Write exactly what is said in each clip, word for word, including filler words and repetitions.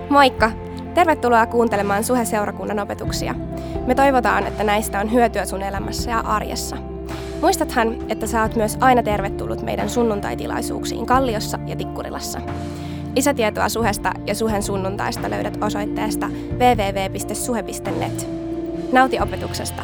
Moikka! Tervetuloa kuuntelemaan Suhe-seurakunnan opetuksia. Me toivotaan, että näistä on hyötyä sun elämässä ja arjessa. Muistathan, että sä oot myös aina tervetullut meidän sunnuntaitilaisuuksiin Kalliossa ja Tikkurilassa. Lisätietoa Suhesta ja Suhen sunnuntaista löydät osoitteesta double-u double-u double-u piste suhe piste net. Nauti opetuksesta!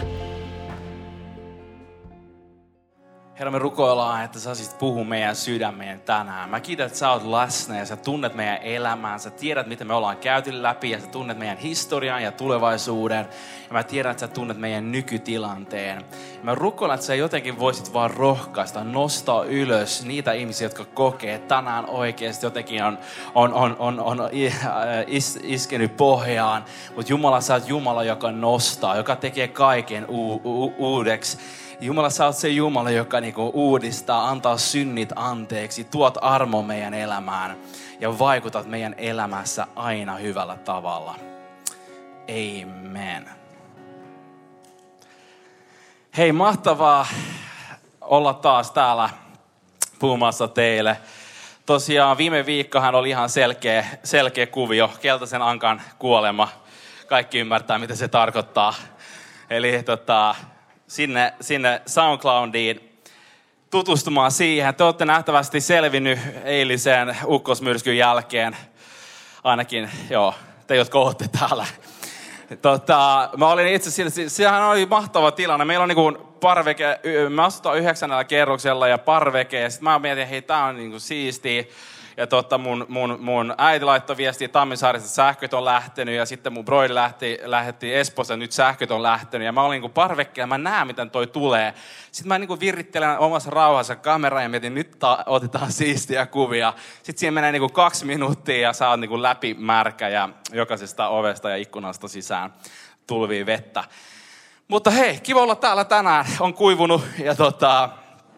Herra, me rukoillaan, että sä saisit puhua meidän sydämeen tänään. Mä kiitän, että sä oot läsnä ja sä tunnet meidän elämään. Sä tiedät, miten me ollaan käyty läpi ja sä tunnet meidän historian ja tulevaisuuden. Ja mä tiedän, että sä tunnet meidän nykytilanteen. Ja mä rukoilen, että sä jotenkin voisit vaan rohkaista, nostaa ylös niitä ihmisiä, jotka kokee, että tänään oikeasti jotenkin on, on, on, on, on is, iskenyt pohjaan. Mutta Jumala, sä oot Jumala, joka nostaa, joka tekee kaiken u- u- uudeksi. Jumala, sä oot se Jumala, joka niinku uudistaa, antaa synnit anteeksi, tuot armon meidän elämään ja vaikutat meidän elämässä aina hyvällä tavalla. Amen. Hei, mahtavaa olla taas täällä puhumassa teille. Tosiaan viime viikkohan oli ihan selkeä, selkeä kuvio, keltaisen ankan kuolema. Kaikki ymmärtää, mitä se tarkoittaa. Eli tota... Sinne, sinne SoundCloudiin tutustumaan siihen. Te olette nähtävästi selvinnyt eilisen ukkosmyrskyn jälkeen. Ainakin, joo, te jotka olette täällä. Tota, mä olin itse asiassa, sehän oli mahtava tilanne. Meillä on niin parveke, me asutaan yhdeksännellä kerroksella ja parveke. Ja sit mä mietin, hei, tää on niin siistiä. Ja totta, mun, mun, mun äiti laittoi viestiä Tammisaaresta, että sähköt on lähtenyt. Ja sitten mun broidi lähti, lähetti Espoosta, että nyt sähköt on lähtenyt. Ja mä olin niin parvekkeella, mä näen, miten toi tulee. Sitten mä niin virittelen omassa rauhassa kameraa ja mietin, nyt ta- otetaan siistiä kuvia. Sitten siihen menee niin kaksi minuuttia ja sä oot niin läpi märkä ja jokaisesta ovesta ja ikkunasta sisään tulvii vettä. Mutta hei, kiva olla täällä tänään. On kuivunut ja tota...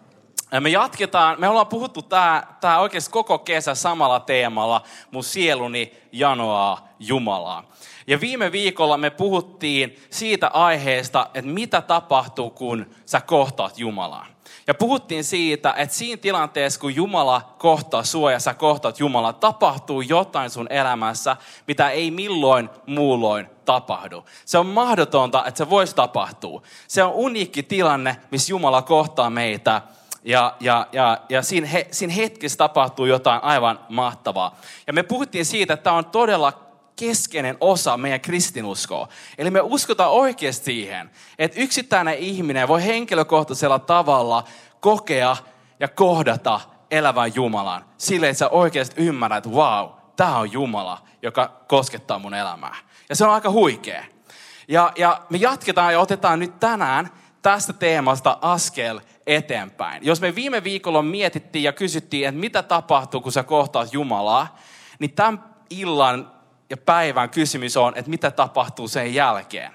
Me jatketaan, me ollaan puhuttu tää, tää oikeasti koko kesä samalla teemalla, mun sieluni janoaa Jumalaa. Ja viime viikolla me puhuttiin siitä aiheesta, että mitä tapahtuu, kun sä kohtaat Jumalaa. Ja puhuttiin siitä, että siinä tilanteessa, kun Jumala kohtaa sua ja sä kohtaat Jumalaa, tapahtuu jotain sun elämässä, mitä ei milloin muulloin tapahdu. Se on mahdotonta, että se voisi tapahtua. Se on uniikki tilanne, missä Jumala kohtaa meitä. Ja, ja, ja, ja siinä, he, siinä hetkessä tapahtuu jotain aivan mahtavaa. Ja me puhuttiin siitä, että tämä on todella keskeinen osa meidän kristinuskoa. Eli me uskotaan oikeasti siihen, että yksittäinen ihminen voi henkilökohtaisella tavalla kokea ja kohdata elävän Jumalan. Silleen, että sä oikeasti ymmärrät, että vau, tämä on Jumala, joka koskettaa mun elämää. Ja se on aika huikea. Ja, ja me jatketaan ja otetaan nyt tänään tästä teemasta askel eteenpäin. Jos me viime viikolla mietittiin ja kysyttiin, että mitä tapahtuu, kun sä kohtaat Jumalaa, niin tämän illan ja päivän kysymys on, että mitä tapahtuu sen jälkeen.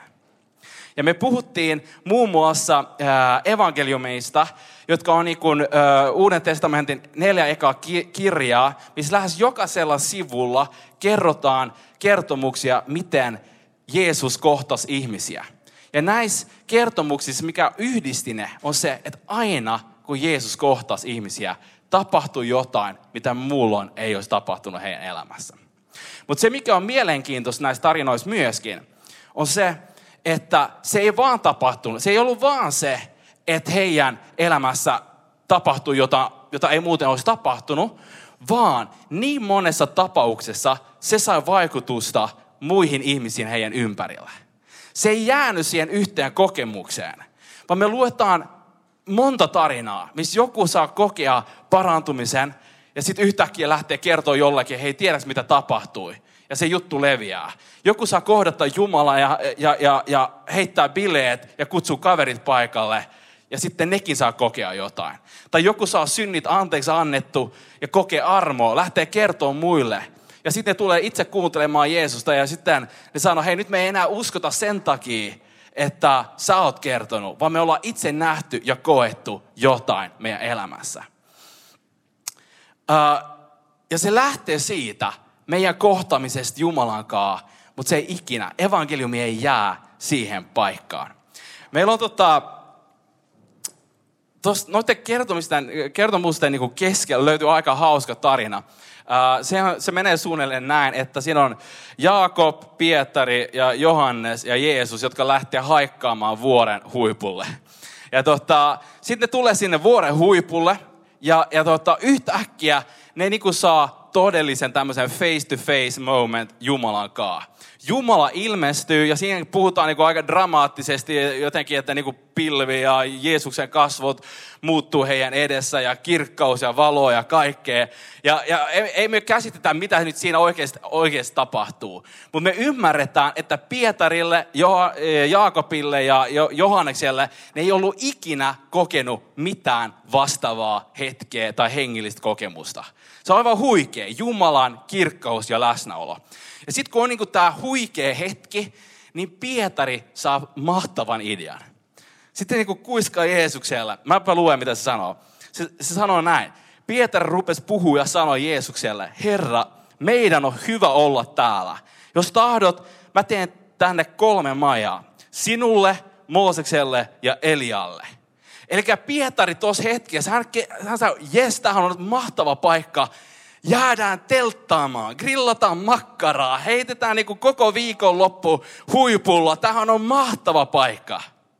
Ja me puhuttiin muun muassa äh, evankeliumeista, jotka on niin kuin, äh, Uuden testamentin neljä ekaa ki- kirjaa, missä lähes jokaisella sivulla kerrotaan kertomuksia, miten Jeesus kohtasi ihmisiä. Ja näissä kertomuksissa, mikä yhdisti ne, on se, että aina kun Jeesus kohtasi ihmisiä, tapahtui jotain, mitä muulloin ei olisi tapahtunut heidän elämässä. Mutta se, mikä on mielenkiintoista näissä tarinoissa myöskin, on se, että se ei vaan tapahtunut. Se ei ollut vaan se, että heidän elämässä tapahtui jotain, jota ei muuten olisi tapahtunut, vaan niin monessa tapauksessa se sai vaikutusta muihin ihmisiin heidän ympärillä. Se ei jäänyt siihen yhteen kokemukseen, vaan me luetaan monta tarinaa, missä joku saa kokea parantumisen ja sitten yhtäkkiä lähtee kertoa jollekin, hei, tiedätkö mitä tapahtui? Ja se juttu leviää. Joku saa kohdata Jumalaa ja, ja, ja, ja heittää bileet ja kutsuu kaverit paikalle ja sitten nekin saa kokea jotain. Tai joku saa synnit anteeksi annettu ja kokee armoa, lähtee kertoa muille. Ja sitten ne tulee itse kuuntelemaan Jeesusta ja sitten ne sanoo, hei, nyt me ei enää uskota sen takia, että sä oot kertonut, vaan me ollaan itse nähty ja koettu jotain meidän elämässä. Ja se lähtee siitä meidän kohtaamisesta Jumalan kanssa, mutta se ei ikinä, evankeliumi ei jää siihen paikkaan. Meillä on tota, noiden kertomusten, kertomusten niin keskellä löytyy aika hauska tarina. Se, se menee suunnilleen näin, että siinä on Jaakob, Pietari ja Johannes ja Jeesus, jotka lähtee haikkaamaan vuoren huipulle. Ja tota, sitten ne tulee sinne vuoren huipulle ja, ja tota, yhtäkkiä ne niinku saa todellisen tämmöisen face-to-face moment Jumalan kanssa. Jumala ilmestyy ja siinä puhutaan niinku aika dramaattisesti jotenkin, että niinku pilvi ja Jeesuksen kasvot muuttuu heidän edessä ja kirkkaus ja valo ja kaikkea. Ja, ja ei, ei me käsitetä, mitä nyt siinä oikeasti, oikeasti tapahtuu. Mutta me ymmärretään, että Pietarille, jo, Jaakobille ja Johannekselle ne ei ollut ikinä kokenut mitään vastaavaa hetkeä tai hengellistä kokemusta. Se on aivan huikea, Jumalan kirkkaus ja läsnäolo. Ja sitten kun on niinku tämä huikea hetki, niin Pietari saa mahtavan idean. Sitten niinku kuiskaa Jeesukselle. Mäpä luen, mitä se sanoo. Se, se sanoo näin. Pietari rupesi puhua ja sanoi Jeesukselle, Herra, meidän on hyvä olla täällä. Jos tahdot, mä teen tänne kolme majaa. Sinulle, Moosekselle ja Elialle. Eli Pietari tuossa hetkessä, hän, hän sanoi, jes, tämähän on mahtava paikka. Jäädään telttaamaan, grillataan makkaraa, heitetään niin kuin koko viikonloppu huipulla. Tämähän on mahtava paikka.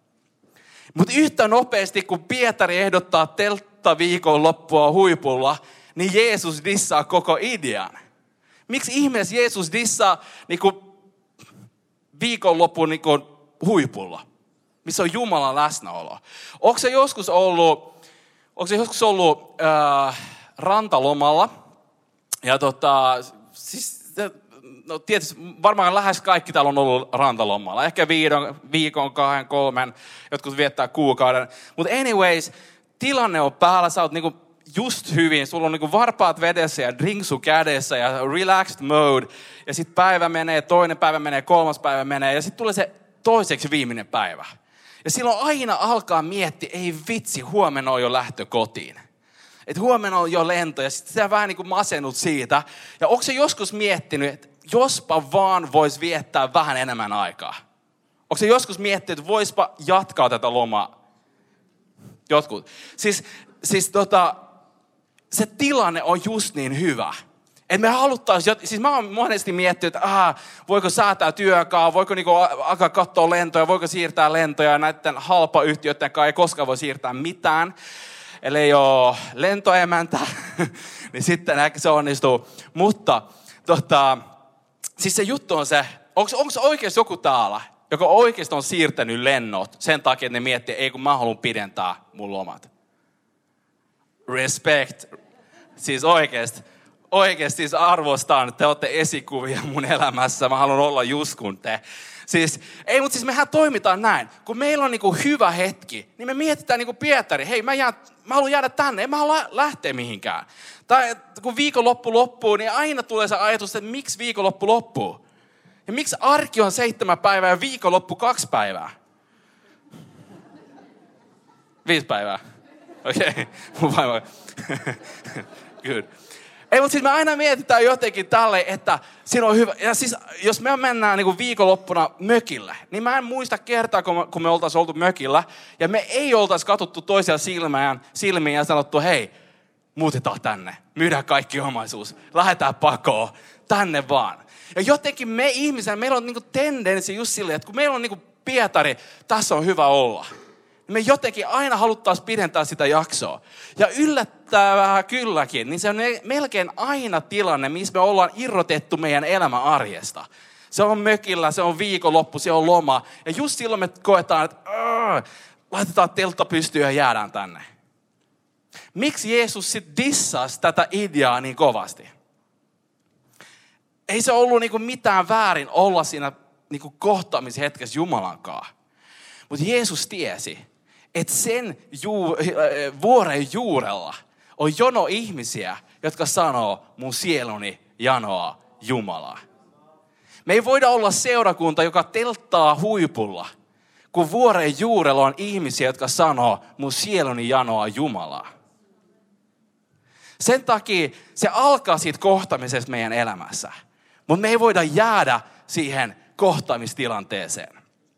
Mutta yhtä nopeasti, kun Pietari ehdottaa teltta viikonloppua huipulla, niin Jeesus dissaa koko idean. Miksi ihmeessä Jeesus dissaa niin kuin viikonlopun niin kuin huipulla, missä on Jumalan läsnäolo? Onko se joskus ollut, onko se joskus ollut äh, rantalomalla? Ja tota, siis, no tietysti varmaan lähes kaikki täällä on ollut rantalomalla. Ehkä viidon, viikon, kahden, kolmen, jotkut viettää kuukauden. Mutta anyways, tilanne on päällä, sä oot niinku just hyvin. Sulla on niinku varpaat vedessä ja drinksu kädessä ja relaxed mode. Ja sitten päivä menee, toinen päivä menee, kolmas päivä menee ja sitten tulee se toiseksi viimeinen päivä. Ja silloin aina alkaa miettiä, ei vitsi, huomenna on jo lähtö kotiin. Että huomenna on jo lento ja sitten sä vähän niin kuin masennut siitä. Ja onko se joskus miettinyt, että jospa vaan vois viettää vähän enemmän aikaa? Onko se joskus miettinyt, että voispa jatkaa tätä lomaa? Jotkut. Siis, siis tota, se tilanne on just niin hyvä. Että me haluttaisiin, siis mä oon monesti miettinyt, että aha, voiko säätää työkaa, voiko niinku alkaa katsoa lentoja, voiko siirtää lentoja, näiden halpayhtiöiden kanssa ei koskaan voi siirtää mitään. Eli ei ole lentoemäntä, niin sitten ehkä se onnistuu. Mutta tota, siis se juttu on se, onko, onko oikeasti joku täällä, joka oikeasti on siirtänyt lennot sen takia, että ne miettii, ei kun mä haluan pidentää mun lomat. Respect. Siis oikeasti, oikeasti siis arvostan, että te olette esikuvia mun elämässä. Mä haluan olla just kun te. Siis, ei, mutta siis mehän toimitaan näin. Kun meillä on niinku hyvä hetki, niin me mietitään niinku Pietari, hei mä, jään, mä haluan jäädä tänne, en mä halua lähteä mihinkään. Tai kun viikonloppu loppuu, niin aina tulee se ajatus, että miksi viikonloppu loppuu? Ja miksi arki on seitsemän päivää ja viikonloppu kaksi päivää? Viisi päivää. Okei, okay. Mun vaimo. Good. Ei, mutta siis me aina mietitään jotenkin tälle, että siinä on hyvä. Ja siis jos me mennään niin kuin viikonloppuna mökille, niin mä en muista kertaa, kun me, kun me oltaisiin oltu mökillä. Ja me ei oltaisi katsottu toisia silmään, silmiin ja sanottu, hei, muutetaan tänne. Myydään kaikki omaisuus. Lähdetään pakoon. Tänne vaan. Ja jotenkin me ihmisenä, meillä on niin kuin tendenssi just silleen, että kun meillä on niin kuin Pietari, tässä on hyvä olla. Me jotenkin aina haluttaisiin pidentää sitä jaksoa. Ja yllättävää kylläkin, niin se on melkein aina tilanne, missä me ollaan irrotettu meidän elämän arjesta. Se on mökillä, se on viikonloppu, se on loma. Ja just silloin me koetaan, että laitetaan teltta pystyyn ja jäädään tänne. Miksi Jeesus sitten dissasi tätä ideaa niin kovasti? Ei se ollut niinku mitään väärin olla siinä niinku kohtaamishetkessä Jumalan kanssa. Mutta Jeesus tiesi, että sen juu, vuoren juurella on jono ihmisiä, jotka sanoo, mun sieluni janoaa Jumalaa. Me ei voida olla seurakunta, joka telttaa huipulla, kun vuoren juurella on ihmisiä, jotka sanoo, mun sieluni janoaa Jumalaa. Sen takia se alkaa siitä kohtaamisesta meidän elämässä. Mutta me ei voida jäädä siihen kohtaamistilanteeseen.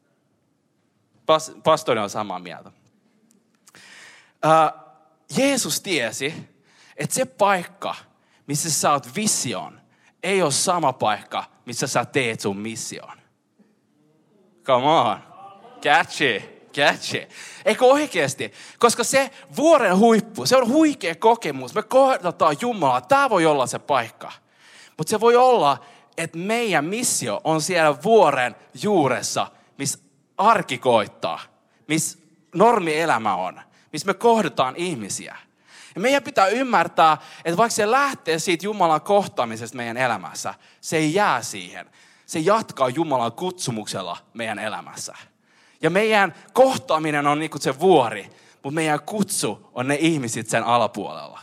Pastori on samaa mieltä. Uh, Jeesus tiesi, että se paikka, missä sä oot vision, ei ole sama paikka, missä sä teet sun mission. Come on. Catch it. Catch it. Eikö oikeasti? Koska se vuoren huippu, se on huikea kokemus. Me kohdataan Jumalaa. Tämä voi olla se paikka. Mutta se voi olla, että meidän missio on siellä vuoren juuressa, missä arki koittaa, missä normielämä on, missä me kohdataan ihmisiä. Ja meidän pitää ymmärtää, että vaikka se lähtee siitä Jumalan kohtaamisesta meidän elämässä, se ei jää siihen. Se jatkaa Jumalan kutsumuksella meidän elämässä. Ja meidän kohtaaminen on niin kuin se vuori, mutta meidän kutsu on ne ihmiset sen alapuolella.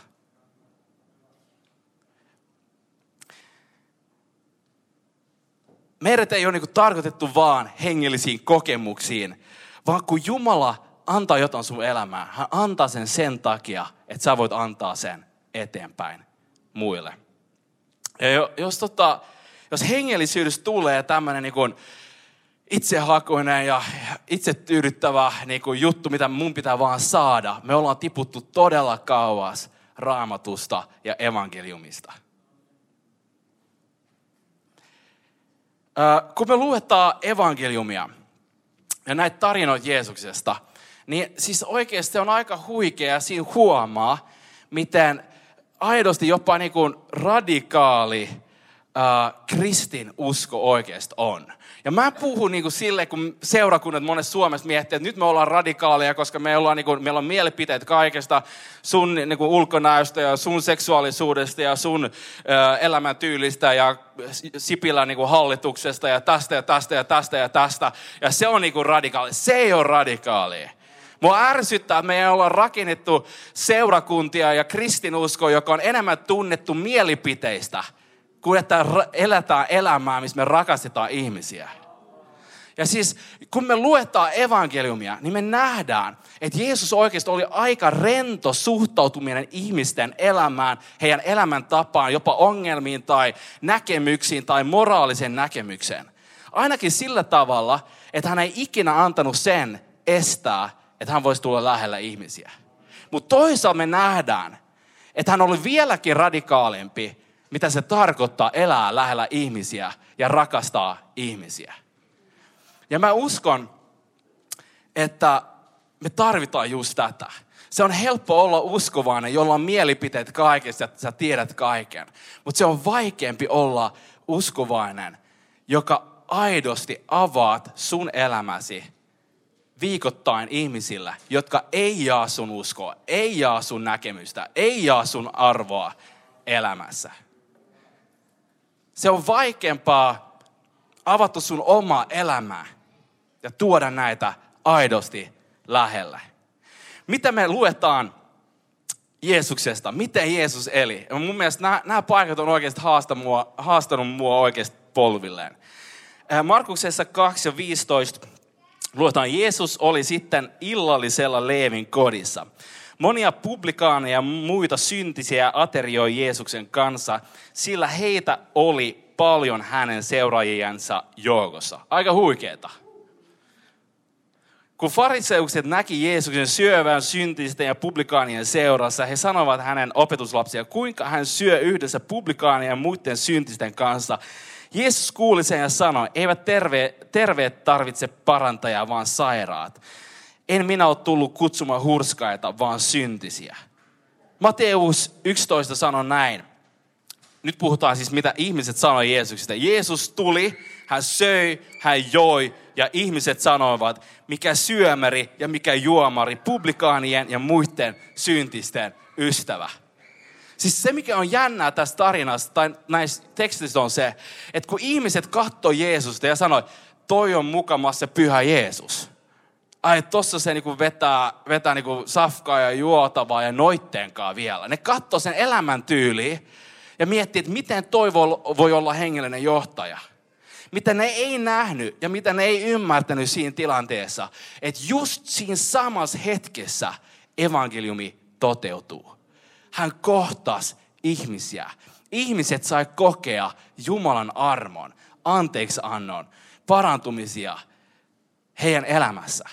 Meidät ei ole niin kuin tarkoitettu vaan hengellisiin kokemuksiin, vaan kun Jumala antaa jotain sun elämään, hän antaa sen sen takia, että sä voit antaa sen eteenpäin muille. Ja jos, tota, jos hengellisyydessä tulee tämmöinen niin kuin itsehakuinen ja itse tyydyttävä niin kuin juttu, mitä mun pitää vaan saada, me ollaan tiputtu todella kauas Raamatusta ja evankeliumista. Äh, kun me luetaan evankeliumia ja näitä tarinoita Jeesuksesta, niin siis oikeasti on aika huikea siinä huomaa, miten aidosti jopa niin kuin radikaali äh, kristin usko oikeasti on. Ja mä puhun niin kuin silleen, kun seurakunnat monessa Suomessa miettii, että nyt me ollaan radikaaleja, koska me ollaan, niin kuin, meillä on mielipiteet kaikesta sun niin kuin ulkonäöstä ja sun seksuaalisuudesta ja sun äh, elämäntyylistä ja Sipilän niin kuin hallituksesta ja tästä ja tästä ja tästä ja tästä. Ja se on niin kuin radikaali. Se ei ole radikaali. Mua ärsyttää, että me ei olla rakennettu seurakuntia ja kristinuskoa, joka on enemmän tunnettu mielipiteistä, kuin että eletään elämää, missä me rakastetaan ihmisiä. Ja siis, kun me luetaan evankeliumia, niin me nähdään, että Jeesus oikeasti oli aika rento suhtautuminen ihmisten elämään, heidän elämäntapaan, jopa ongelmiin tai näkemyksiin tai moraalisen näkemykseen. Ainakin sillä tavalla, että hän ei ikinä antanut sen estää, että hän voisi tulla lähellä ihmisiä. Mutta toisaalta me nähdään, että hän oli vieläkin radikaalimpi, mitä se tarkoittaa elää lähellä ihmisiä ja rakastaa ihmisiä. Ja mä uskon, että me tarvitaan just tätä. Se on helppo olla uskovainen, jolla on mielipiteet kaikesta, että sä tiedät kaiken. Mutta se on vaikeampi olla uskovainen, joka aidosti avaat sun elämäsi viikoittain ihmisillä, jotka ei jaa sun uskoa, ei jaa sun näkemystä, ei jaa sun arvoa elämässä. Se on vaikeampaa avata sun omaa elämää ja tuoda näitä aidosti lähelle. Mitä me luetaan Jeesuksesta? Miten Jeesus eli? Ja mun mielestä nämä, nämä paikat on oikeasti haastanut mua, haastanut mua oikeasti polvilleen. Markuksessa kaksi ja viisitoista luetaan, Jeesus oli sitten illallisella Leevin kodissa. Monia publikaaneja ja muita syntisiä aterioi Jeesuksen kanssa, sillä heitä oli paljon hänen seuraajiensa joukossa. Aika huikeeta. Kun fariseukset näki Jeesuksen syövän syntisten ja publikaanien seurassa, he sanovat hänen opetuslapsia, kuinka hän syö yhdessä publikaanien ja muiden syntisten kanssa. Jeesus kuuli sen ja sanoi, eivät terve, terveet tarvitse parantajaa, vaan sairaat. En minä ole tullut kutsumaan hurskaita, vaan syntisiä. Matteus yksitoista sanoi näin. Nyt puhutaan siis, mitä ihmiset sanoi Jeesuksesta. Jeesus tuli, hän söi, hän joi ja ihmiset sanoivat, mikä syömäri ja mikä juomari, publikaanien ja muiden syntisten ystävä. Siis se, mikä on jännää tästä tarinasta tai näistä tekstistä on se, että kun ihmiset katsoi Jeesusta ja sanoi, toi on mukamas se pyhä Jeesus. Ai, tossa se niinku vetää, vetää niinku safkaa ja juotavaa ja noitteenkaan vielä. Ne katsoi sen elämäntyyliä ja miettii, että miten toi voi olla hengellinen johtaja. Mitä ne ei nähnyt ja mitä ne ei ymmärtänyt siinä tilanteessa, että just siinä samassa hetkessä evankeliumi toteutuu. Hän kohtasi ihmisiä. Ihmiset sai kokea Jumalan armon, anteeksiannon, parantumisia heidän elämässä.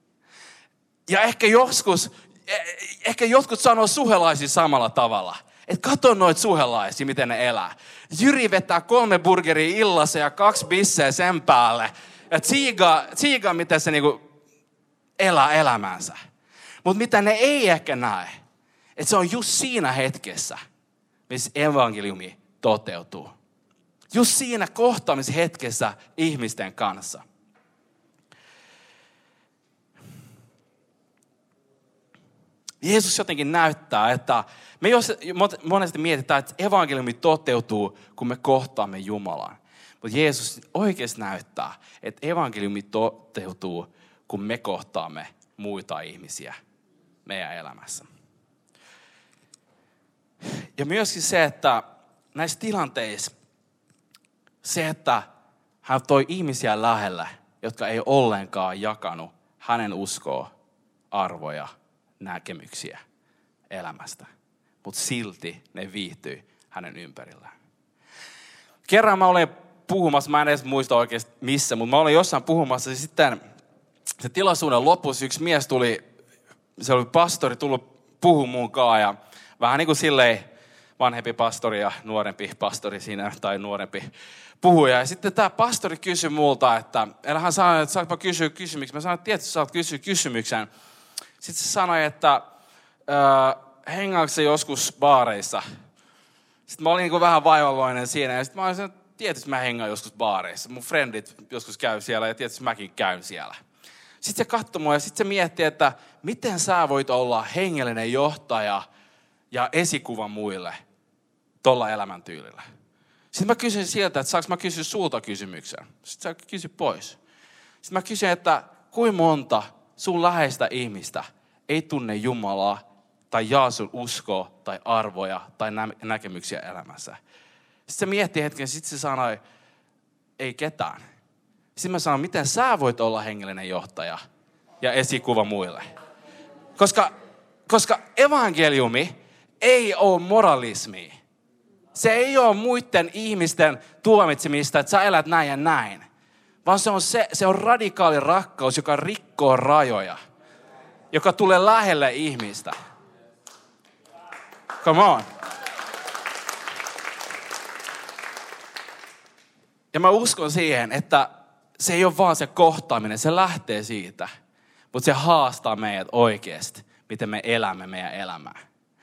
Ja ehkä joskus, ehkä jotkut sanoo suhelaisia samalla tavalla. Että kato noit suhelaisia, miten ne elää. Jyri vetää kolme burgeria illassa ja kaksi bisseä sen päälle. Ja tsiigaa, tsiigaa miten se niinku elää elämänsä. Mutta mitä ne ei ehkä näe, että se on just siinä hetkessä, missä evankeliumi toteutuu. Just siinä kohtaamishetkessä ihmisten kanssa. Jeesus jotenkin näyttää, että me jos monesti mietitään, että evankeliumi toteutuu, kun me kohtaamme Jumalan. Mutta Jeesus oikeasti näyttää, että evankeliumi toteutuu, kun me kohtaamme muita ihmisiä meidän elämässä. Ja myöskin se, että näissä tilanteissa, se, että hän toi ihmisiä lähelle, jotka ei ollenkaan jakanut hänen uskoa, arvoja, näkemyksiä elämästä. Mutta silti ne viihtyi hänen ympärillään. Kerran mä olin puhumassa, mä en edes muista oikeasti missä, mutta mä olin jossain puhumassa ja sitten se tilaisuuden lopussa yksi mies tuli, se oli pastori, tullut puhumaan munkaan ja vähän niin kuin silleen vanhempi pastori ja nuorempi pastori siinä tai nuorempi puhuja. Ja sitten tämä pastori kysyi multa, että hän sanoi, että saatko kysyä kysymyksen. Mä sanoin, että tietysti saat kysyä kysymyksen. Sitten se sanoi, että äh, hengaatko se joskus baareissa? Sitten mä olin niin kuin vähän vaivalloinen siinä ja sitten mä olin sanonut, että tietysti mä hengaan joskus baareissa. Mun frendit joskus käy siellä ja tietysti mäkin käyn siellä. Sitten se katsoi mua ja sitten se mietti, että miten sä voit olla hengellinen johtaja ja esikuva muille tuolla elämäntyylillä. Sitten mä kysyin sieltä, että saanko mä kysyä sulta kysymyksen. Sitten sä kysy pois. Sitten mä kysyin, että kuinka monta sun läheistä ihmistä ei tunne Jumalaa tai jaa sun uskoa tai arvoja tai nä- näkemyksiä elämässä. Sitten se mietti hetken, sitten se sanoi, ei ketään. Sitten mä sanoin, miten sä voit olla hengellinen johtaja ja esikuva muille. Koska, koska evankeliumi ei ole moralismia. Se ei ole muiden ihmisten tuomitsemista, että sä elät näin ja näin. Vaan se on, se, se on radikaali rakkaus, joka rikkoo rajoja. Joka tulee lähelle ihmistä. Come on. Ja mä uskon siihen, että se ei ole vaan se kohtaaminen, se lähtee siitä. Mutta se haastaa meidät oikeasti, miten me elämme meidän elämää.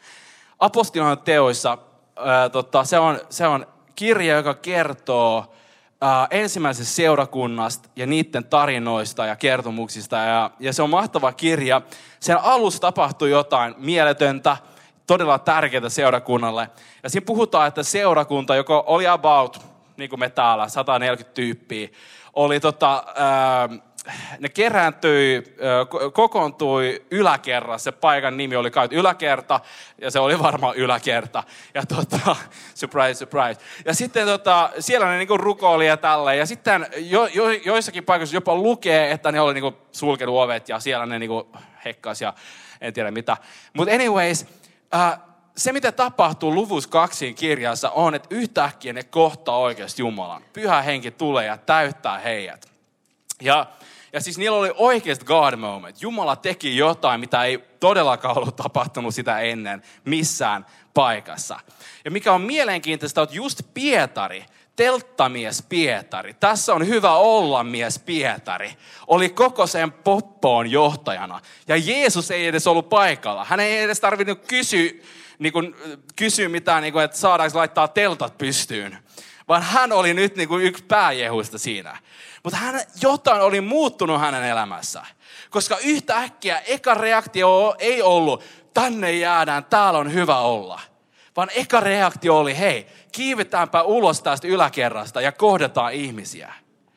Apostolien teoissa ää, tota, se, on, se on kirja, joka kertoo ää, ensimmäisestä seurakunnasta ja niiden tarinoista ja kertomuksista. Ja, ja se on mahtava kirja. Sen alussa tapahtui jotain mieletöntä, todella tärkeää seurakunnalle. Ja siinä puhutaan, että seurakunta, joka oli about, niin kuin me täällä, sata neljäkymmentä tyyppiä, oli tota... Ää, ne kerääntyi, kokoontui yläkerrassa. Se paikan nimi oli kai yläkerta, ja se oli varmaan yläkerta. Ja tota, surprise, surprise. Ja sitten tota, siellä ne niinku rukoili ja tälleen. Ja sitten jo, jo, joissakin paikoissa jopa lukee, että ne oli niinku sulkenut ovet, ja siellä ne niinku hekkas ja en tiedä mitä. Mutta anyways, äh, se mitä tapahtuu luvussa kaksi kirjassa on, että yhtäkkiä ne kohtaa oikeasti Jumalan. Pyhä henki tulee ja täyttää heidät. Ja Ja siis niillä oli oikeasti God moment. Jumala teki jotain, mitä ei todellakaan ollut tapahtunut sitä ennen missään paikassa. Ja mikä on mielenkiintoista, että just Pietari, telttamies Pietari, tässä on hyvä olla mies Pietari, oli koko sen poppoon johtajana. Ja Jeesus ei edes ollut paikalla. Hän ei edes tarvinnut kysyä, niin kuin, kysyä mitään, niin kuin, että saadaanko laittaa teltat pystyyn. Vaan hän oli nyt niin kuin yksi pääjehuista siinä. Mutta hän, jotain oli muuttunut hänen elämässä. Koska yhtäkkiä eka reaktio ei ollut, tänne jäädään, täällä on hyvä olla. Vaan eka reaktio oli, hei, kiivetäänpä ulos tästä yläkerrasta ja kohdataan ihmisiä.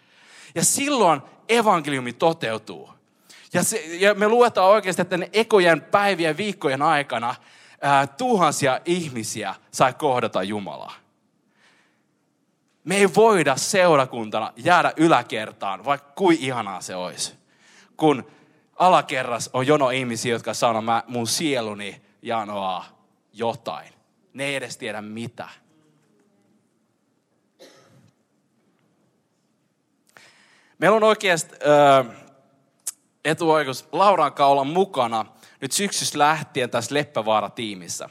Ja silloin evankeliumi toteutuu. Ja, se, ja me luetaan oikeasti, että ne ekojen päivien viikkojen aikana ää, tuhansia ihmisiä sai kohdata Jumalaa. Me ei voida seurakuntana jäädä yläkertaan, vaikka kuin ihanaa se olisi. Kun alakerras on jono ihmisiä, jotka sanoo, mä, mun sieluni janoaa jotain. Ne ei edes tiedä mitä. Meillä on oikeasti äh, etuoikeus Lauran kanssa olla mukana nyt syksystä lähtien tässä Leppävaara-tiimissä.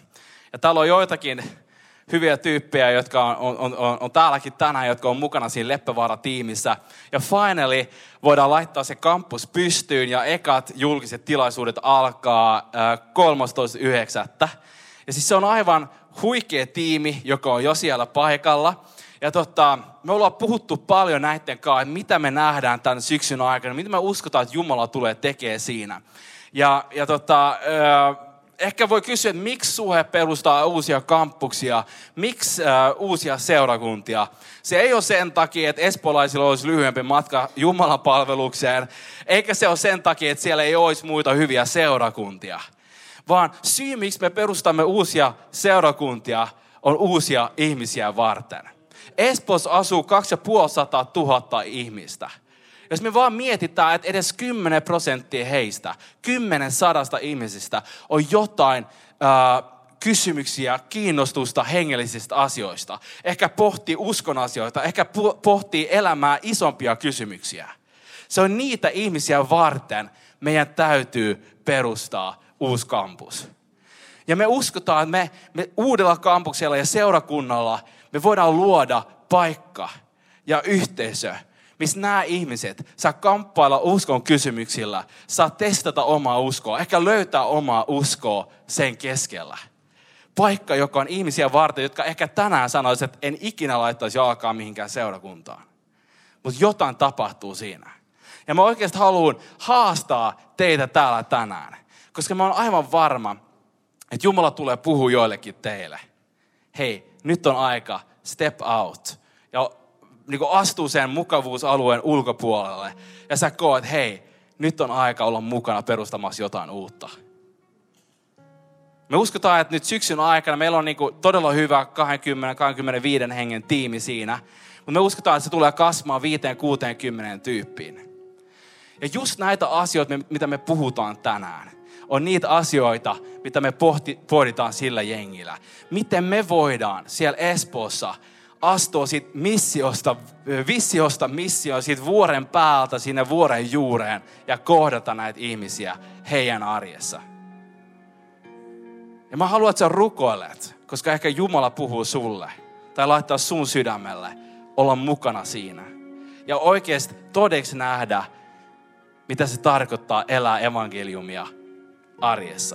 Ja täällä on joitakin hyviä tyyppejä, jotka on, on, on, on täälläkin tänään, jotka on mukana siinä Leppävaara-tiimissä. Ja finally voidaan laittaa se kampus pystyyn ja ekat julkiset tilaisuudet alkaa kolmastoista yhdeksättä Ja siis se on aivan huikea tiimi, joka on jo siellä paikalla. Ja tota, me ollaan puhuttu paljon näiden kanssa, että mitä me nähdään tämän syksyn aikana, mitä me uskotaan, että Jumala tulee tekemään siinä. Ja, ja tota, ehkä voi kysyä, että miksi Suhe perustaa uusia kampuksia, miksi uusia seurakuntia. Se ei ole sen takia, että espoolaisilla olisi lyhyempi matka Jumalan palvelukseen, eikä se ole sen takia, että siellä ei olisi muita hyviä seurakuntia. Vaan syy, miksi me perustamme uusia seurakuntia, on uusia ihmisiä varten. Espoossa asuu kaksisataaviisikymmentätuhatta ihmistä. Jos me vaan mietitään, että edes kymmenen prosenttia heistä, kymmenen sadasta ihmisistä on jotain äh, kysymyksiä, kiinnostusta hengellisistä asioista. Ehkä pohtii uskon asioita, ehkä pohtii elämää isompia kysymyksiä. Se on niitä ihmisiä varten meidän täytyy perustaa uusi kampus. Ja me uskotaan, että me, me uudella kampuksella ja seurakunnalla me voidaan luoda paikka ja yhteisö, missä nämä ihmiset saa kamppailla uskon kysymyksillä, saa testata omaa uskoa, ehkä löytää omaa uskoa sen keskellä. Paikka, joka on ihmisiä varten, jotka ehkä tänään sanoisivat, että en ikinä laittaisi jalkaa mihinkään seurakuntaan. Mutta jotain tapahtuu siinä. Ja mä oikeasti haluan haastaa teitä täällä tänään, koska mä oon aivan varma, että Jumala tulee puhua joillekin teille. Hei, nyt on aika step out ja niin kuin astuu sen mukavuusalueen ulkopuolelle. Ja sä koet, hei, nyt on aika olla mukana perustamassa jotain uutta. Me uskotaan, että nyt syksyn aikana meillä on niin kuin todella hyvä kaksikymmentä kaksikymmentäviisi hengen tiimi siinä. Mutta me uskotaan, että se tulee kasvamaan viiteen kuuteenkymmeneen tyyppiin. Ja just näitä asioita, mitä me puhutaan tänään, on niitä asioita, mitä me pohti, pohditaan sillä jengillä. Miten me voidaan siellä Espoossa astua siitä missiosta, visiosta missioon, siitä vuoren päältä sinne vuoren juureen ja kohdata näitä ihmisiä heidän arjessa. Ja mä haluan, että sä rukoilet, koska ehkä Jumala puhuu sulle tai laittaa sun sydämelle olla mukana siinä. Ja oikeasti todeksi nähdä, mitä se tarkoittaa elää evankeliumia arjessa.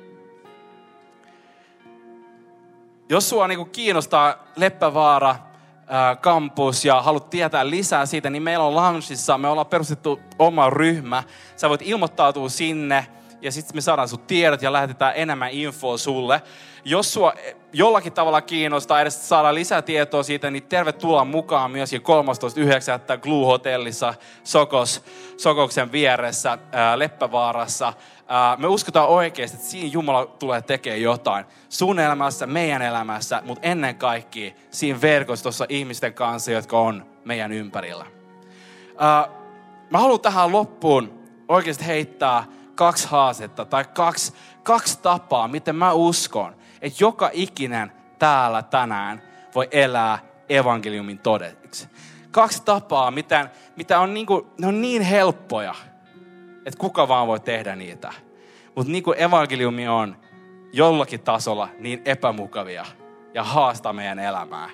Jos sua niinku kiinnostaa Leppävaara kampus ja haluat tietää lisää siitä, niin meillä on Loungeissa, me ollaan perustettu oma ryhmä. Sä voit ilmoittautua sinne ja sitten me saadaan sun tiedot ja lähetetään enemmän infoa sulle. Jos sua jollakin tavalla kiinnostaa edes saada lisätietoa siitä, niin tervetuloa mukaan myöskin kolmastoista yhdeksättä Glue-hotellissa Sokos, Sokoksen vieressä ää, Leppävaarassa. Ää, me uskotaan oikeasti, että siinä Jumala tulee tekemään jotain sun elämässä, meidän elämässä, mutta ennen kaikkea siinä verkostossa ihmisten kanssa, jotka on meidän ympärillä. Ää, mä haluan tähän loppuun oikeasti heittää kaksi haastetta tai kaksi, kaksi tapaa, miten mä uskon, että joka ikinen täällä tänään voi elää evankeliumin todeksi. Kaksi tapaa, mitä, mitä on, niin kuin, ne on niin helppoja, että kuka vaan voi tehdä niitä. Mutta niin kuin evankeliumi on jollakin tasolla niin epämukavia ja haastaa meidän elämää.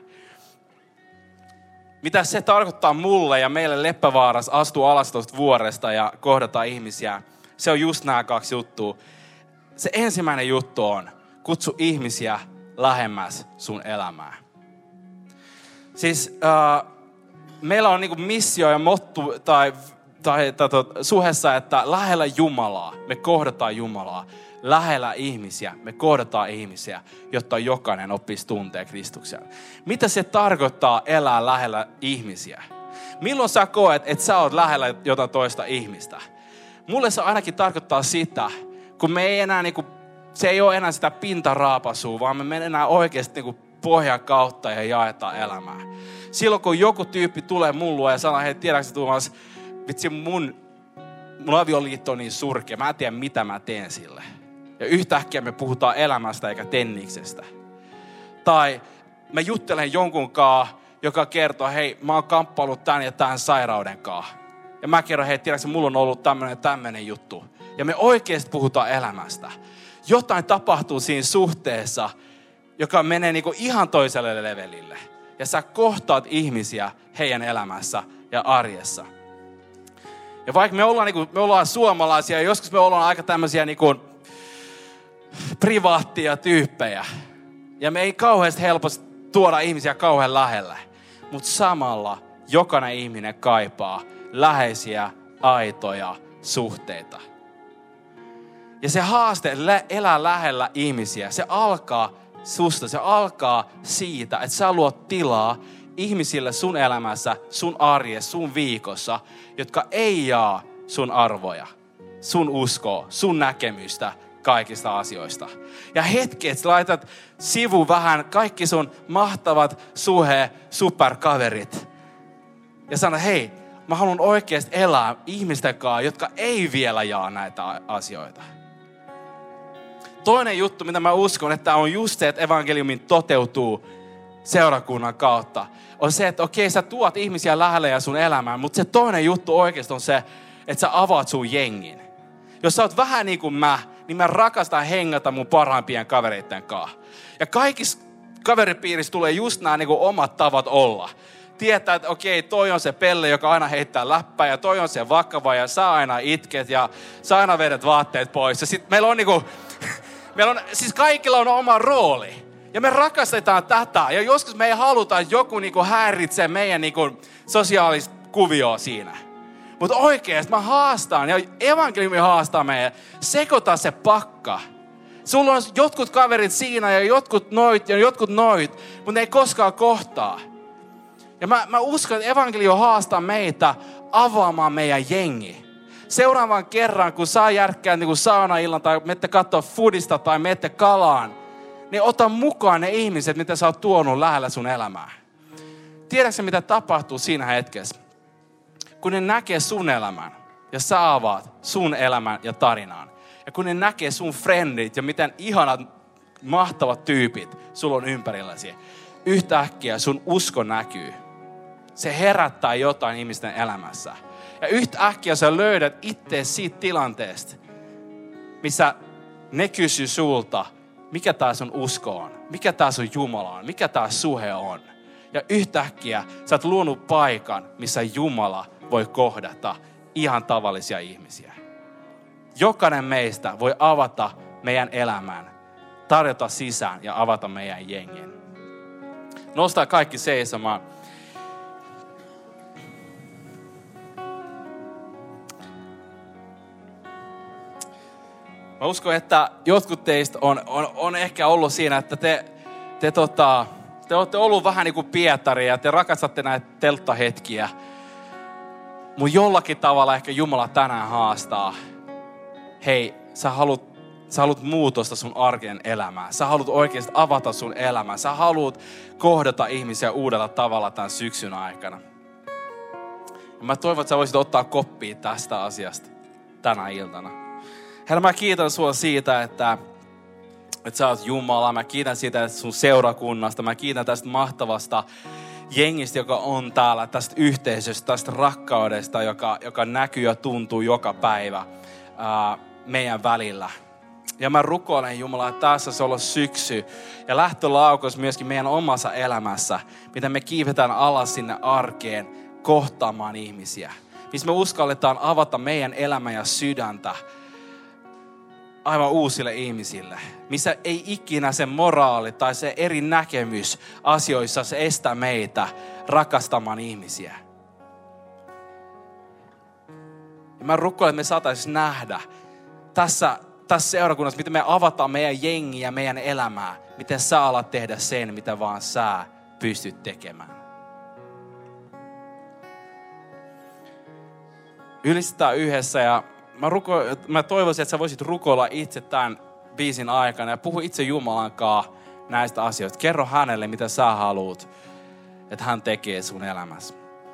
Mitä se tarkoittaa mulle ja meille Leppävaarassa astua alas tuosta vuoresta ja kohdata ihmisiä, se on just nämä kaksi juttua. Se ensimmäinen juttu on, kutsu ihmisiä lähemmäs sun elämää. Siis äh, meillä on niinku missio ja mottu tai, tai, tai suhessa, että lähellä Jumalaa, me kohdataan Jumalaa. Lähellä ihmisiä, me kohdataan ihmisiä, jotta jokainen oppisi tuntee Kristuksen. Mitä se tarkoittaa elää lähellä ihmisiä? Milloin sä koet, että sä oot lähellä jotain toista ihmistä? Mulle se ainakin tarkoittaa sitä, kun me ei enää niinku, se ei ole enää sitä pintaraapasua, vaan me mennään oikeasti niinku pohjan kautta ja jaetaan elämää. Silloin kun joku tyyppi tulee mun luo ja sanoo, hei tiedätkö Tuomas, vitsi mun, mun avioliitto on niin surkea, mä en tiedä mitä mä teen sille. Ja yhtäkkiä me puhutaan elämästä eikä tenniksestä. Tai mä juttelen jonkun kanssa, joka kertoo, hei mä oon kamppailut tämän ja tämän sairauden kanssa. Ja mä kerron, hei tiedätkö mulla on ollut tämmönen tämmönen juttu. Ja me oikeasti puhutaan elämästä. Jotain tapahtuu siinä suhteessa, joka menee niinku ihan toiselle levelille. Ja sä kohtaat ihmisiä heidän elämässä ja arjessa. Ja vaikka me ollaan, niinku, me ollaan suomalaisia ja joskus me ollaan aika tämmöisiä niinku privaattia tyyppejä. Ja me ei kauheasti helposti tuoda ihmisiä kauhean lähelle. Mutta samalla jokainen ihminen kaipaa läheisiä, aitoja suhteita. Ja se haaste elää lähellä ihmisiä, se alkaa susta, se alkaa siitä, että sä luot tilaa ihmisille sun elämässä, sun arjessa, sun viikossa, jotka ei jaa sun arvoja, sun uskoa, sun näkemystä kaikista asioista. Ja hetki, että sä laitat sivuun vähän kaikki sun mahtavat suhe superkaverit. Ja sanot, hei, mä haluan oikeasti elää ihmisten kanssa, jotka ei vielä jaa näitä asioita. Toinen juttu, mitä mä uskon, että on just se, että evankeliumin toteutuu seurakunnan kautta, on se, että okei, sä tuot ihmisiä lähelle ja sun elämään, mutta se toinen juttu oikeasti on se, että sä avaat sun jengin. Jos sä oot vähän niin kuin mä, niin mä rakastan hengata mun parhaimpien kavereitten kanssa. Ja kaikissa kaveripiirissä tulee just nämä niin kuin omat tavat olla. Tietää, että okei, toi on se pelle, joka aina heittää läppää, ja toi on se vakava, ja sä aina itket, ja sä aina vedät vaatteet pois. Ja sit meillä on niinku, meillä on, siis kaikilla on oma rooli. Ja me rakastetaan tätä, ja joskus me ei haluta, että joku niinku häiritsee meidän niinku sosiaalista kuvioa siinä. Mutta oikeasti mä haastan, ja evankeliumi haastaa meidän, sekoita se pakka. Sulla on jotkut kaverit siinä, ja jotkut noit, ja jotkut noit, mutta ne ei koskaan kohtaa. Ja mä, mä uskon, että evankelio haastaa meitä avaamaan meidän jengi. Seuraavan kerran, kun saa järkkää niin saunaillan tai menette katsoa foodista tai menette kalaan, niin ota mukaan ne ihmiset, mitä sä oot tuonut lähellä sun elämää. Tiedätkö mitä tapahtuu siinä hetkessä? Kun ne näkee sun elämän ja sä avaat sun elämän ja tarinaan. Ja kun ne näkee sun friendit ja miten ihanat, mahtavat tyypit sulla on ympärilläsi. Yhtäkkiä sun usko näkyy. Se herättää jotain ihmisten elämässä. Ja yhtäkkiä sä löydät itse siitä tilanteesta, missä ne kysyy sulta, mikä tää sun usko on, mikä tää sun Jumala on, mikä tää suhe on. Ja yhtäkkiä sä oot luonut paikan, missä Jumala voi kohdata ihan tavallisia ihmisiä. Jokainen meistä voi avata meidän elämän, tarjota sisään ja avata meidän jengin. Nostaa kaikki seisomaan. Mä uskon, että jotkut teistä on, on, on ehkä ollut siinä, että te, te, tota, te olette ollut vähän niin kuin Pietari ja te rakastatte näitä telttahetkiä. Mutta jollakin tavalla ehkä Jumala tänään haastaa. Hei, sä haluat, sä haluat muutosta sun arken elämään. Sä haluat oikeasti avata sun elämää. Sä haluat kohdata ihmisiä uudella tavalla tämän syksyn aikana. Ja mä toivon, että sä voisit ottaa koppia tästä asiasta tänä iltana. Herra, mä kiitän sua siitä, että, että sä oot Jumala. Mä kiitän siitä että sun seurakunnasta. Mä kiitän tästä mahtavasta jengistä, joka on täällä. Tästä yhteisöstä, tästä rakkaudesta, joka, joka näkyy ja tuntuu joka päivä ää, meidän välillä. Ja mä rukoilen Jumala, että tässä se on syksy ja lähtölaukos myöskin meidän omassa elämässä, miten me kiivetään alas sinne arkeen kohtaamaan ihmisiä. Missä me uskalletaan avata meidän elämää ja sydäntä aivan uusille ihmisille. Missä ei ikinä se moraali tai se eri näkemys asioissa se estää meitä rakastamaan ihmisiä. Ja mä rukoilen, että me saataisiin nähdä tässä, tässä seurakunnassa, miten me avataan meidän jengiä ja meidän elämää. Miten sä alat tehdä sen, mitä vaan sä pystyt tekemään. Ylistetään yhdessä ja mä, ruko, mä toivoisin, että sä voisit rukoilla itse tämän biisin aikana ja puhu itse Jumalan kanssa näistä asioista. Kerro hänelle, mitä sä haluat, että hän tekee sun elämässä.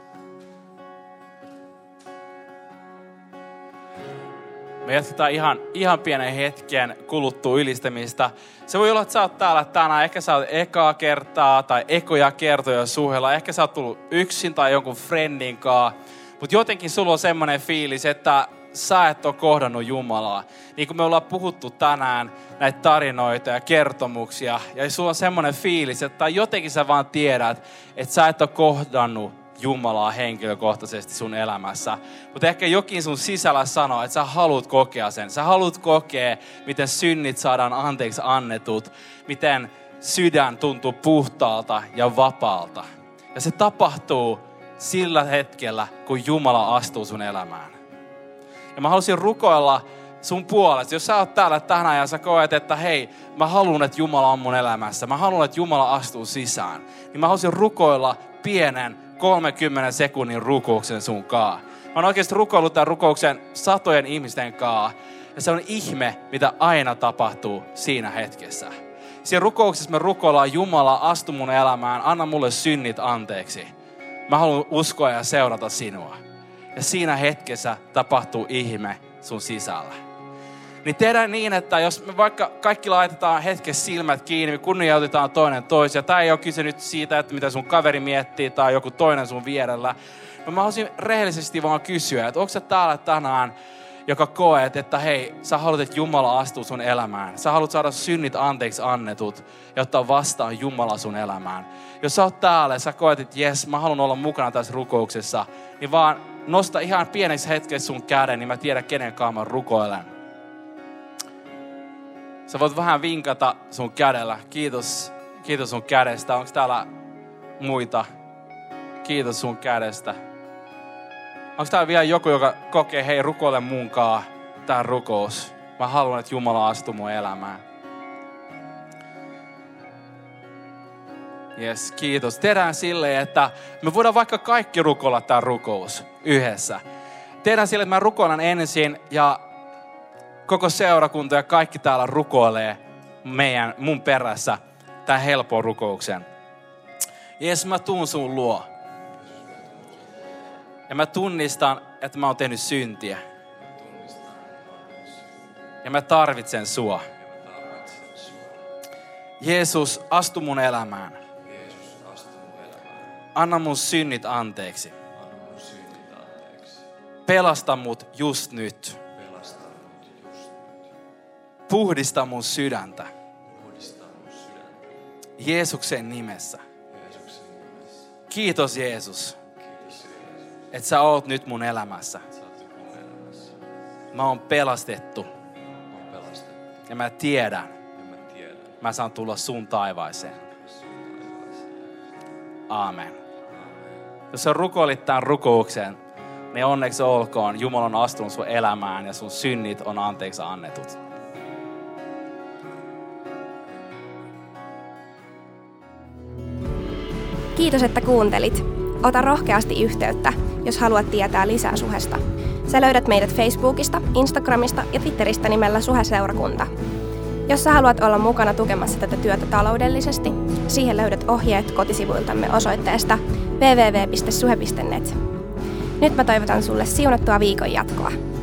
Me jatketaan ihan, ihan pienen hetken kuluttua ylistämistä. Se voi olla, että sä oot täällä tänään. Ehkä sä oot ekaa kertaa tai ekoja kertoja suhella. Ehkä sä oot tullut yksin tai jonkun friendin kanssa. Mutta jotenkin sulla on semmoinen fiilis, että sä et ole kohdannut Jumalaa. Niin kuin me ollaan puhuttu tänään näitä tarinoita ja kertomuksia. Ja sulla on semmoinen fiilis, että jotenkin sä vaan tiedät, että sä et ole kohdannut Jumalaa henkilökohtaisesti sun elämässä. Mutta ehkä jokin sun sisällä sanoo, että sä haluat kokea sen. Sä haluat kokea, miten synnit saadaan anteeksi annetut. Miten sydän tuntuu puhtaalta ja vapaalta. Ja se tapahtuu sillä hetkellä, kun Jumala astuu sun elämään. Ja mä halusin rukoilla sun puolesta. Jos sä oot täällä tänään ja sä koet, että hei, mä haluan, että Jumala on mun elämässä. Mä haluan, että Jumala astuu sisään. Niin mä halusin rukoilla pienen kolmenkymmenen sekunnin rukouksen sun kaa. Mä oon oikeasti rukoillut tämän rukouksen satojen ihmisten kaa. Ja se on ihme, mitä aina tapahtuu siinä hetkessä. Siinä rukouksessa me rukoillaan, Jumala, astu mun elämään, anna mulle synnit anteeksi. Mä haluan uskoa ja seurata sinua. Ja siinä hetkessä tapahtuu ihme sun sisällä. Niin tehdään niin, että jos me vaikka kaikki laitetaan hetkessä silmät kiinni, me kunnioitetaan toinen toisia. Tämä ei ole kyse nyt siitä, että mitä sun kaveri miettii tai joku toinen sun vierellä. No mä haluaisin rehellisesti vaan kysyä, että onko sä täällä tänään, joka koet, että hei, sä haluat, että Jumala astuu sun elämään. Sä haluat saada synnit anteeksi annetut ja ottaa vastaan Jumala sun elämään. Jos sä oot täällä ja sä koet, että jes, mä haluan olla mukana tässä rukouksessa, niin vaan nosta ihan pieneksi hetkeksi sun käden, niin mä tiedän, kenen kanssa mä rukoilen. Sä voit vähän vinkata sun kädellä. Kiitos, kiitos sun kädestä. Onko täällä muita? Kiitos sun kädestä. Onko täällä vielä joku, joka kokee, hei, rukoile munkaan tää rukous. Mä haluan, että Jumala astuu mun elämään. Jes, kiitos. Tehdään silleen, että me voidaan vaikka kaikki rukoilla tää rukous yhdessä. Tehdään silleen, että mä rukoilen ensin ja koko seurakunta ja kaikki täällä rukoilee meidän, mun perässä tämän helpon rukouksen. Jes, mä tuun sun luo. Ja mä tunnistan, että mä oon tehnyt syntiä. Ja mä tarvitsen sua. Jeesus, astu mun elämään. Anna mun synnit anteeksi. Pelasta mut just nyt. Puhdista mun sydäntä. Jeesuksen nimessä. Kiitos Jeesus, että sä oot nyt mun elämässä. Mä oon pelastettu. Ja mä tiedän, mä saan tulla sun taivaaseen. Aamen. Jos sä rukoilit tämän rukouksen, niin onneksi olkoon. Jumala on astunut sun elämään ja sun synnit on anteeksi annetut. Kiitos, että kuuntelit. Ota rohkeasti yhteyttä, jos haluat tietää lisää Suhesta. Sä löydät meidät Facebookista, Instagramista ja Twitteristä nimellä Suhe-seurakunta. Jos sä haluat olla mukana tukemassa tätä työtä taloudellisesti, siihen löydät ohjeet kotisivuiltamme osoitteesta double-u double-u double-u piste suhe piste net. Nyt mä toivotan sulle siunattua viikon jatkoa.